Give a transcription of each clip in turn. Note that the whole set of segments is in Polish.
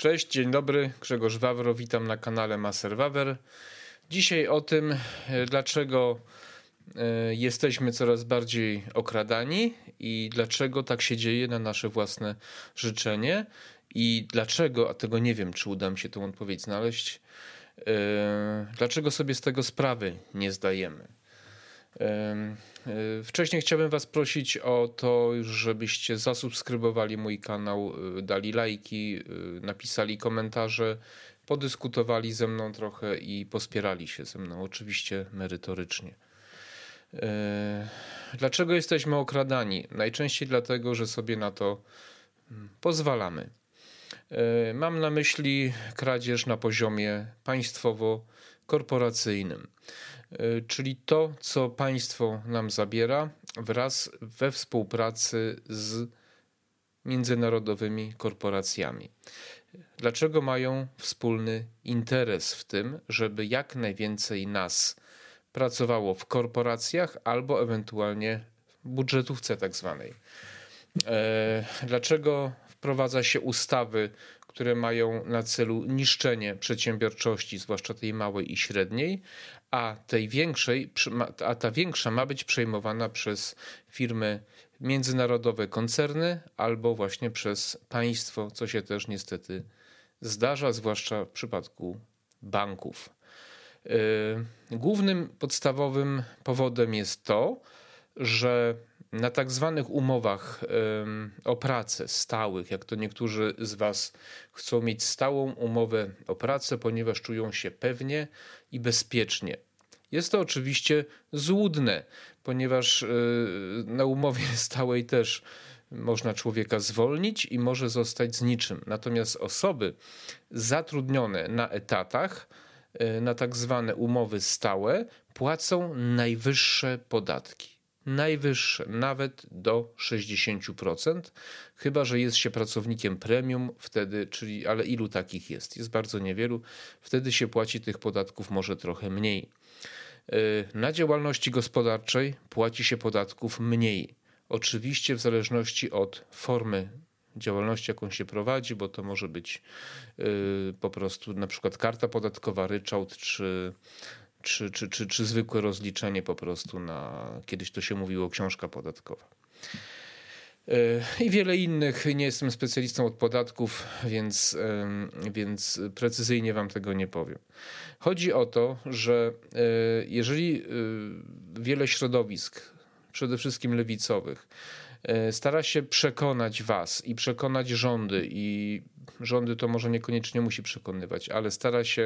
Cześć, dzień dobry, Grzegorz Wawro, witam na kanale Maser Wawer. Dzisiaj o tym, dlaczego jesteśmy coraz bardziej okradani i dlaczego tak się dzieje na nasze własne życzenie i dlaczego, a tego nie wiem, czy uda mi się tę odpowiedź znaleźć, dlaczego sobie z tego sprawy nie zdajemy. Wcześniej chciałbym was prosić o to, żebyście zasubskrybowali mój kanał, dali lajki, napisali komentarze, podyskutowali ze mną trochę i pospierali się ze mną, oczywiście merytorycznie. Dlaczego jesteśmy okradani? Najczęściej dlatego, że sobie na to pozwalamy. Mam na myśli kradzież na poziomie państwowo-korporacyjnym, czyli to, co państwo nam zabiera wraz we współpracy z międzynarodowymi korporacjami. Dlaczego mają wspólny interes w tym, żeby jak najwięcej nas pracowało w korporacjach albo ewentualnie w budżetówce tak zwanej? Dlaczego wprowadza się ustawy, które mają na celu niszczenie przedsiębiorczości, zwłaszcza tej małej i średniej, a ta większa ma być przejmowana przez firmy międzynarodowe, koncerny albo właśnie przez państwo, co się też niestety zdarza, zwłaszcza w przypadku banków. Głównym podstawowym powodem jest to, że na tak zwanych umowach o pracę stałych, jak to niektórzy z was chcą mieć stałą umowę o pracę, ponieważ czują się pewnie i bezpiecznie. Jest to oczywiście złudne, ponieważ na umowie stałej też można człowieka zwolnić i może zostać z niczym. Natomiast osoby zatrudnione na etatach, na tak zwane umowy stałe, płacą najwyższe podatki. Najwyższe, nawet do 60%, chyba że jest się pracownikiem premium, wtedy, ale ilu takich jest? Jest bardzo niewielu, wtedy się płaci tych podatków może trochę mniej. Na działalności gospodarczej płaci się podatków mniej. Oczywiście w zależności od formy działalności, jaką się prowadzi, bo to może być po prostu na przykład karta podatkowa, ryczałt czy zwykłe rozliczenie po prostu kiedyś to się mówiło książka podatkowa. I wiele innych. Nie jestem specjalistą od podatków, więc precyzyjnie wam tego nie powiem. Chodzi o to, że jeżeli wiele środowisk, przede wszystkim lewicowych, stara się przekonać was i przekonać rządy, i rządy to może niekoniecznie musi przekonywać, ale stara się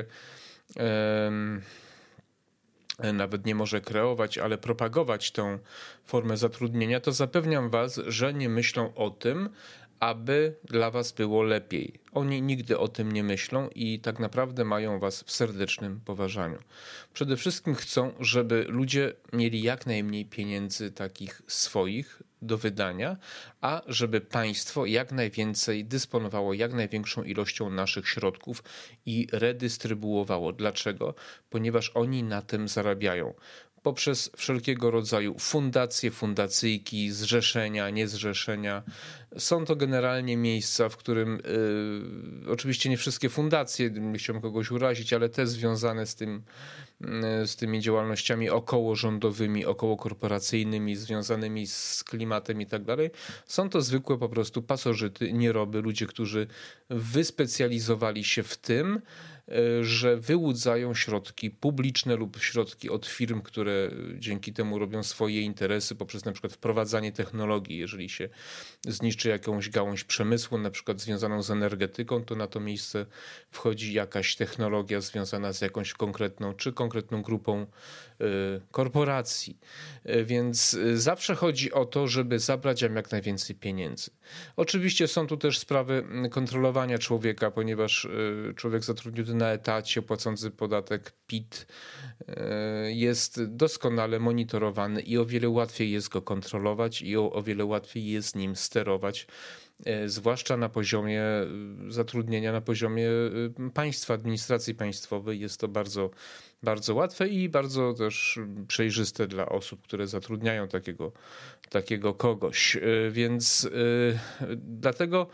nawet nie może kreować, ale propagować tę formę zatrudnienia, to zapewniam was, że nie myślą o tym, aby dla was było lepiej. Oni nigdy o tym nie myślą i tak naprawdę mają was w serdecznym poważaniu. Przede wszystkim chcą, żeby ludzie mieli jak najmniej pieniędzy takich swoich do wydania, a żeby państwo jak najwięcej dysponowało jak największą ilością naszych środków i redystrybuowało. Dlaczego? Ponieważ oni na tym zarabiają. Poprzez wszelkiego rodzaju fundacje, fundacyjki, zrzeszenia, niezrzeszenia. Są to generalnie miejsca, w którym oczywiście nie wszystkie fundacje, nie chciałbym kogoś urazić, ale te związane z tymi działalnościami okołorządowymi, okołokorporacyjnymi, związanymi z klimatem i tak dalej. Są to zwykłe po prostu pasożyty, nieroby, ludzie, którzy wyspecjalizowali się w tym, że wyłudzają środki publiczne lub środki od firm, które dzięki temu robią swoje interesy poprzez na przykład wprowadzanie technologii. Jeżeli się zniszczy jakąś gałąź przemysłu, na przykład związaną z energetyką, to na to miejsce wchodzi jakaś technologia związana z jakąś konkretną grupą korporacji. Więc zawsze chodzi o to, żeby zabrać im jak najwięcej pieniędzy. Oczywiście są tu też sprawy kontrolowania człowieka, ponieważ człowiek zatrudniony na etacie, płacący podatek PIT jest doskonale monitorowany i o wiele łatwiej jest go kontrolować i o wiele łatwiej jest nim sterować, zwłaszcza na poziomie zatrudnienia, na poziomie państwa, administracji państwowej. Jest to bardzo, bardzo łatwe i bardzo też przejrzyste dla osób, które zatrudniają takiego kogoś. Więc dlatego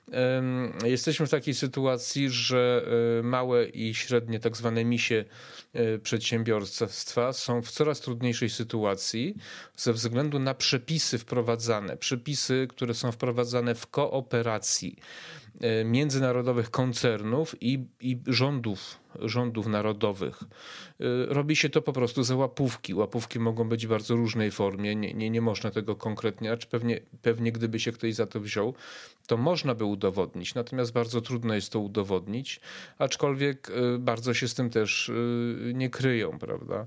Jesteśmy w takiej sytuacji, że małe i średnie tak zwane misie przedsiębiorstwa są w coraz trudniejszej sytuacji ze względu na przepisy, które są wprowadzane w kooperacji międzynarodowych koncernów i rządów narodowych. Robi się to po prostu za łapówki. Łapówki mogą być w bardzo różnej formie. Nie można tego konkretnie, acz pewnie gdyby się ktoś za to wziął, to można by udowodnić. Natomiast bardzo trudno jest to udowodnić, aczkolwiek bardzo się z tym też nie kryją, prawda?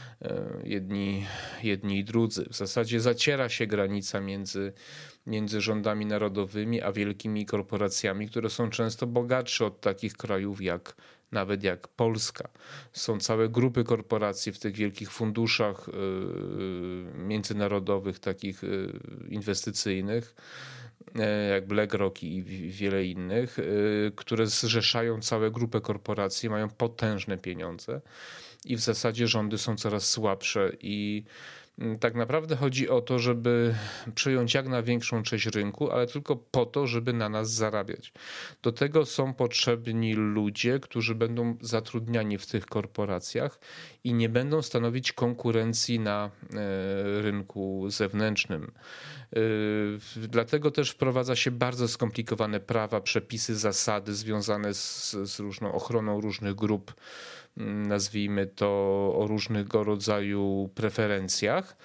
Jedni i drudzy. W zasadzie zaciera się granica między rządami narodowymi a wielkimi korporacjami, które są często bogatsze od takich krajów nawet jak Polska. Są całe grupy korporacji w tych wielkich funduszach międzynarodowych, takich inwestycyjnych, jak BlackRock i wiele innych, które zrzeszają całe grupy korporacji, mają potężne pieniądze i w zasadzie rządy są coraz słabsze i tak naprawdę chodzi o to, żeby przejąć jak największą część rynku, ale tylko po to, żeby na nas zarabiać. Do tego są potrzebni ludzie, którzy będą zatrudniani w tych korporacjach i nie będą stanowić konkurencji na rynku zewnętrznym. Dlatego też wprowadza się bardzo skomplikowane prawa, przepisy, zasady związane z różną ochroną różnych grup, nazwijmy to o różnego rodzaju preferencjach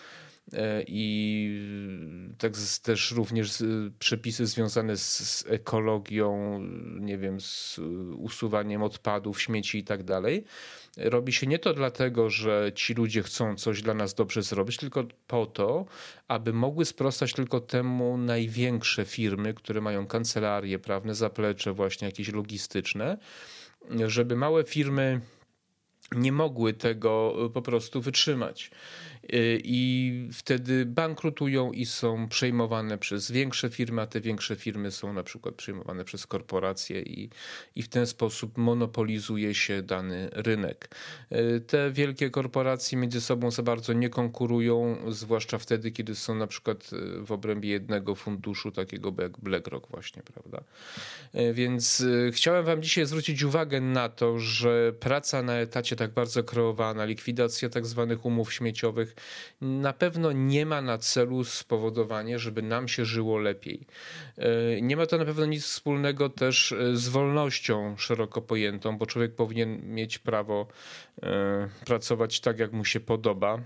i tak też również przepisy związane z ekologią, nie wiem, z usuwaniem odpadów, śmieci i tak dalej. Robi się nie to dlatego, że ci ludzie chcą coś dla nas dobrze zrobić, tylko po to, aby mogły sprostać tylko temu największe firmy, które mają kancelarie prawne, zaplecze właśnie jakieś logistyczne, żeby małe firmy nie mogły tego po prostu wytrzymać. I wtedy bankrutują i są przejmowane przez większe firmy, a te większe firmy są na przykład przejmowane przez korporacje i w ten sposób monopolizuje się dany rynek. Te wielkie korporacje między sobą za bardzo nie konkurują, zwłaszcza wtedy, kiedy są na przykład w obrębie jednego funduszu, takiego jak BlackRock właśnie, prawda? Więc chciałem wam dzisiaj zwrócić uwagę na to, że praca na etacie tak bardzo kreowana, likwidacja tak zwanych umów śmieciowych na pewno nie ma na celu spowodowanie, żeby nam się żyło lepiej. Nie ma to na pewno nic wspólnego też z wolnością szeroko pojętą, bo człowiek powinien mieć prawo pracować tak, jak mu się podoba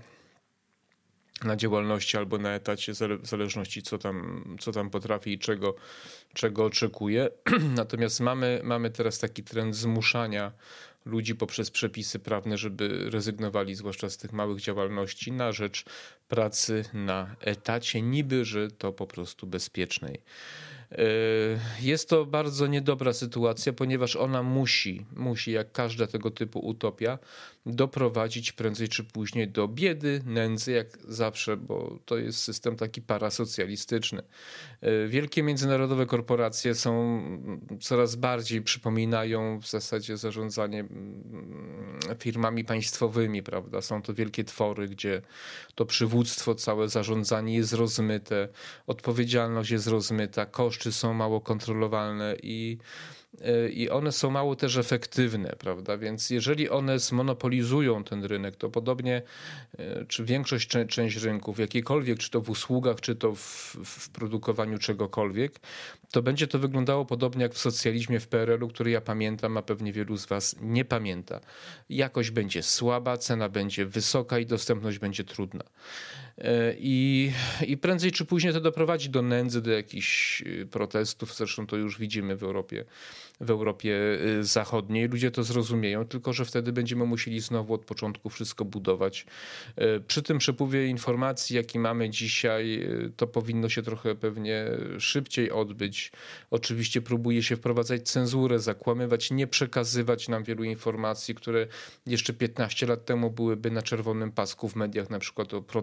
na działalności albo na etacie, w zależności co tam potrafi i czego oczekuje. Natomiast mamy teraz taki trend zmuszania ludzi poprzez przepisy prawne, żeby rezygnowali zwłaszcza z tych małych działalności na rzecz pracy na etacie, niby że to po prostu bezpiecznej. Jest to bardzo niedobra sytuacja, ponieważ ona musi, jak każda tego typu utopia, doprowadzić prędzej czy później do biedy, nędzy, jak zawsze, bo to jest system taki parasocjalistyczny. Wielkie międzynarodowe korporacje coraz bardziej przypominają w zasadzie zarządzanie firmami państwowymi, prawda? Są to wielkie twory, gdzie to przywództwo, całe zarządzanie jest rozmyte, odpowiedzialność jest rozmyta, koszty są mało kontrolowalne i one są mało też efektywne, prawda? Więc jeżeli one zmonopolizują ten rynek, to podobnie, czy część rynków, jakiejkolwiek, czy to w usługach, czy to w produkowaniu czegokolwiek, to będzie to wyglądało podobnie jak w socjalizmie w PRL-u, który ja pamiętam, a pewnie wielu z was nie pamięta. Jakość będzie słaba, cena będzie wysoka i dostępność będzie trudna. I prędzej czy później to doprowadzi do nędzy, do jakichś protestów. Zresztą to już widzimy w Europie Zachodniej. Ludzie to zrozumieją, tylko że wtedy będziemy musieli znowu od początku wszystko budować. Przy tym przepływie informacji, jaki mamy dzisiaj, to powinno się trochę pewnie szybciej odbyć. Oczywiście próbuje się wprowadzać cenzurę, zakłamywać, nie przekazywać nam wielu informacji, które jeszcze 15 lat temu byłyby na czerwonym pasku w mediach, na przykład o protestach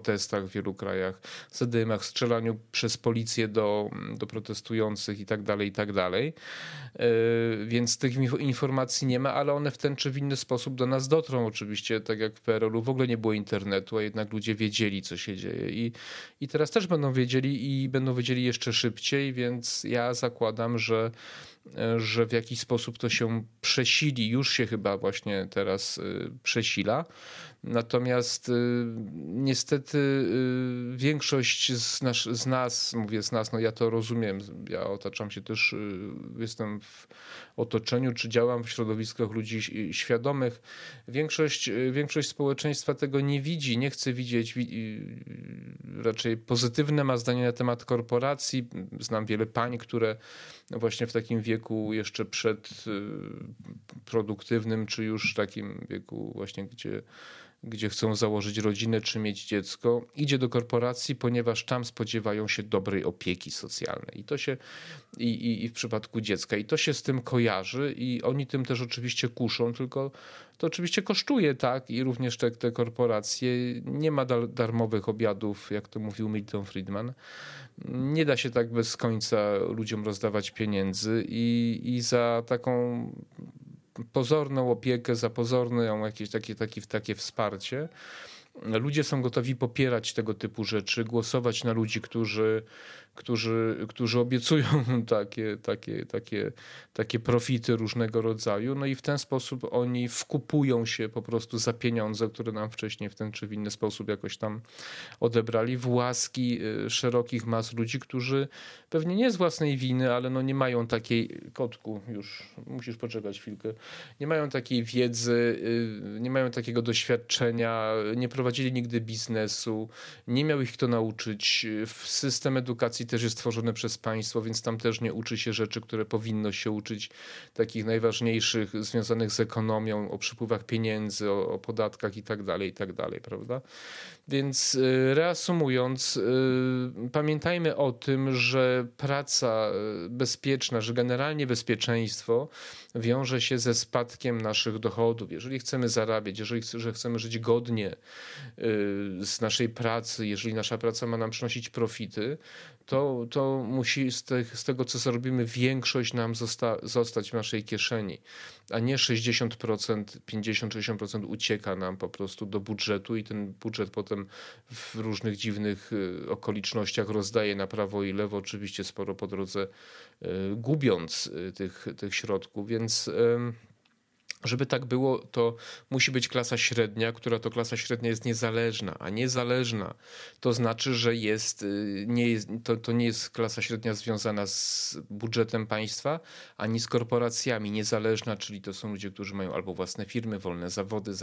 w wielu krajach, ZDM-ach, strzelaniu przez policję do protestujących i tak dalej, i tak dalej. Więc tych informacji nie ma, ale one w ten czy w inny sposób do nas dotrą oczywiście, tak jak w PRL-u w ogóle nie było internetu, a jednak ludzie wiedzieli, co się dzieje i teraz też będą wiedzieli i będą wiedzieli jeszcze szybciej, więc ja zakładam, że w jakiś sposób to się przesili, już się chyba właśnie teraz przesila. Natomiast niestety większość z nas, mówię z nas, no ja to rozumiem, ja otaczam się też, jestem w otoczeniu, czy działam w środowiskach ludzi świadomych. Większość społeczeństwa tego nie widzi, nie chce widzieć, raczej pozytywne ma zdanie na temat korporacji. Znam wiele pań, które właśnie w takim wieku jeszcze przedproduktywnym, czy już takim wieku właśnie, gdzie chcą założyć rodzinę czy mieć dziecko, idzie do korporacji, ponieważ tam spodziewają się dobrej opieki socjalnej. I to się i w przypadku dziecka. I to się z tym kojarzy i oni tym też oczywiście kuszą, tylko to oczywiście kosztuje, tak? I również te korporacje, nie ma darmowych obiadów, jak to mówił Milton Friedman. Nie da się tak bez końca ludziom rozdawać pieniędzy i za taką pozorną opiekę, za pozorne jakieś takie wsparcie. Ludzie są gotowi popierać tego typu rzeczy, głosować na ludzi, którzy obiecują takie profity różnego rodzaju. No i w ten sposób oni wkupują się po prostu za pieniądze, które nam wcześniej w ten czy w inny sposób jakoś tam odebrali, w łaski szerokich mas ludzi, którzy pewnie nie z własnej winy, ale no nie mają takiej, kotku, już musisz poczekać chwilkę, nie mają takiej wiedzy, nie mają takiego doświadczenia, nie prowadzili nigdy biznesu, nie miał ich kto nauczyć. System edukacji też jest tworzony przez państwo, więc tam też nie uczy się rzeczy, które powinno się uczyć, takich najważniejszych, związanych z ekonomią, o przypływach pieniędzy, o podatkach i tak dalej, prawda? Więc reasumując, pamiętajmy o tym, że praca bezpieczna, że generalnie bezpieczeństwo wiąże się ze spadkiem naszych dochodów. Jeżeli chcemy zarabiać, jeżeli chcemy żyć godnie z naszej pracy, jeżeli nasza praca ma nam przynosić profity, to musi z tego, co zrobimy, większość nam zostać w naszej kieszeni, a nie 60%, 50-60% ucieka nam po prostu do budżetu i ten budżet potem w różnych dziwnych okolicznościach rozdaje na prawo i lewo, oczywiście sporo po drodze gubiąc tych środków, więc żeby tak było, to musi być klasa średnia, która to klasa średnia jest niezależna, a niezależna to znaczy, że to nie jest klasa średnia związana z budżetem państwa, ani z korporacjami. Niezależna, czyli to są ludzie, którzy mają albo własne firmy, wolne zawody,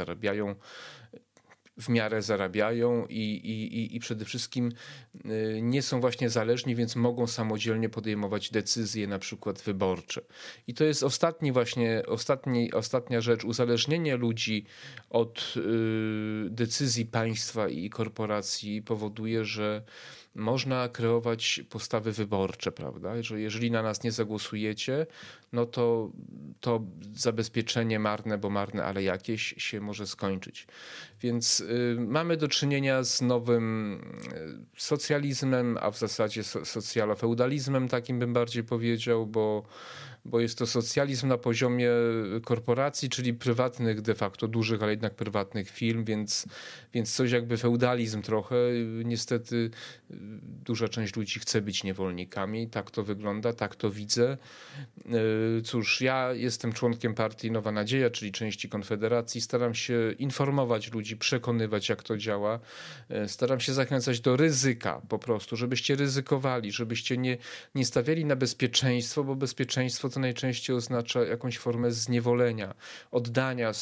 w miarę zarabiają i przede wszystkim nie są właśnie zależni, więc mogą samodzielnie podejmować decyzje, na przykład wyborcze. I to jest ostatnia rzecz. Uzależnienie ludzi od decyzji państwa i korporacji powoduje, że można kreować postawy wyborcze, prawda? Że jeżeli na nas nie zagłosujecie, no to zabezpieczenie marne, ale jakieś się może skończyć. Więc mamy do czynienia z nowym socjalizmem, a w zasadzie socjalofeudalizmem, takim bym bardziej powiedział, bo jest to socjalizm na poziomie korporacji, czyli prywatnych de facto, dużych, ale jednak prywatnych firm, więc coś jakby feudalizm trochę. Niestety duża część ludzi chce być niewolnikami, tak to wygląda, tak to widzę. Cóż, ja jestem członkiem partii Nowa Nadzieja, czyli części Konfederacji. Staram się informować ludzi, przekonywać, jak to działa. Staram się zachęcać do ryzyka po prostu, żebyście ryzykowali, żebyście nie stawiali na bezpieczeństwo, bo bezpieczeństwo to najczęściej oznacza jakąś formę zniewolenia, oddania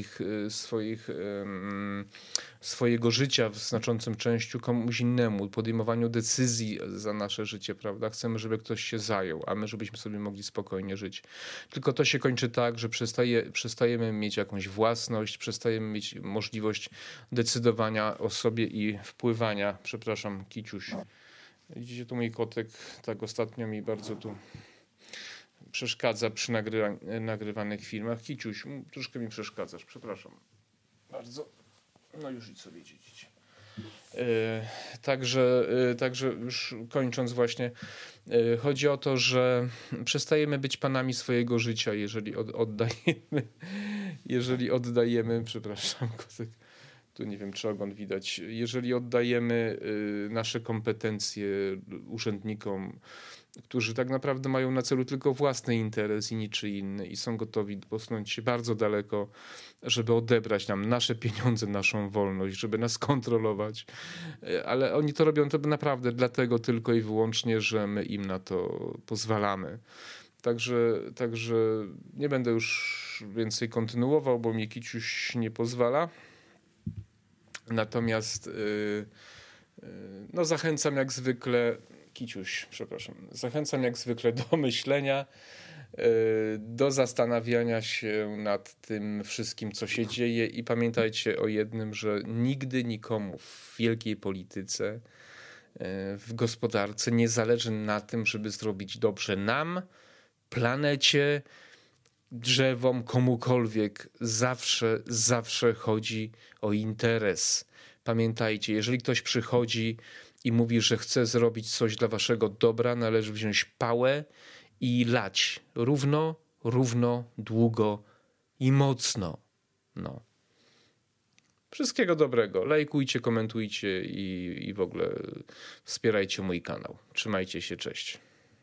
swojego życia w znaczącym częściu komuś innemu, podejmowaniu decyzji za nasze życie, prawda? Chcemy, żeby ktoś się zajął, a my żebyśmy sobie mogli spokojnie żyć. Tylko to się kończy tak, że przestajemy mieć jakąś własność, przestajemy mieć możliwość decydowania o sobie i wpływania. Przepraszam, Kiciuś. Widzicie, tu mój kotek tak ostatnio mi bardzo tu przeszkadza przy nagrywanych filmach. Kiciuś, troszkę mi przeszkadzasz, przepraszam bardzo. No już idź sobie, dzieci. Także już kończąc właśnie, chodzi o to, że przestajemy być panami swojego życia, jeżeli oddajemy, przepraszam, kotek, tu nie wiem, czy ogon widać, jeżeli oddajemy nasze kompetencje urzędnikom, którzy tak naprawdę mają na celu tylko własny interes i niczy inny i są gotowi posunąć się bardzo daleko, żeby odebrać nam nasze pieniądze, naszą wolność, żeby nas kontrolować. Ale oni to robią to naprawdę dlatego tylko i wyłącznie, że my im na to pozwalamy. Także nie będę już więcej kontynuował, bo mi Kiciuś nie pozwala. Natomiast no zachęcam jak zwykle, Kiciuś, przepraszam, zachęcam jak zwykle do myślenia, do zastanawiania się nad tym wszystkim, co się dzieje i pamiętajcie o jednym, że nigdy nikomu w wielkiej polityce, w gospodarce nie zależy na tym, żeby zrobić dobrze nam, planecie, drzewom, komukolwiek. Zawsze chodzi o interes. Pamiętajcie, jeżeli ktoś przychodzi i mówi, że chce zrobić coś dla waszego dobra, należy wziąć pałę i lać równo, długo i mocno. No. Wszystkiego dobrego. Lajkujcie, komentujcie i w ogóle wspierajcie mój kanał. Trzymajcie się, cześć.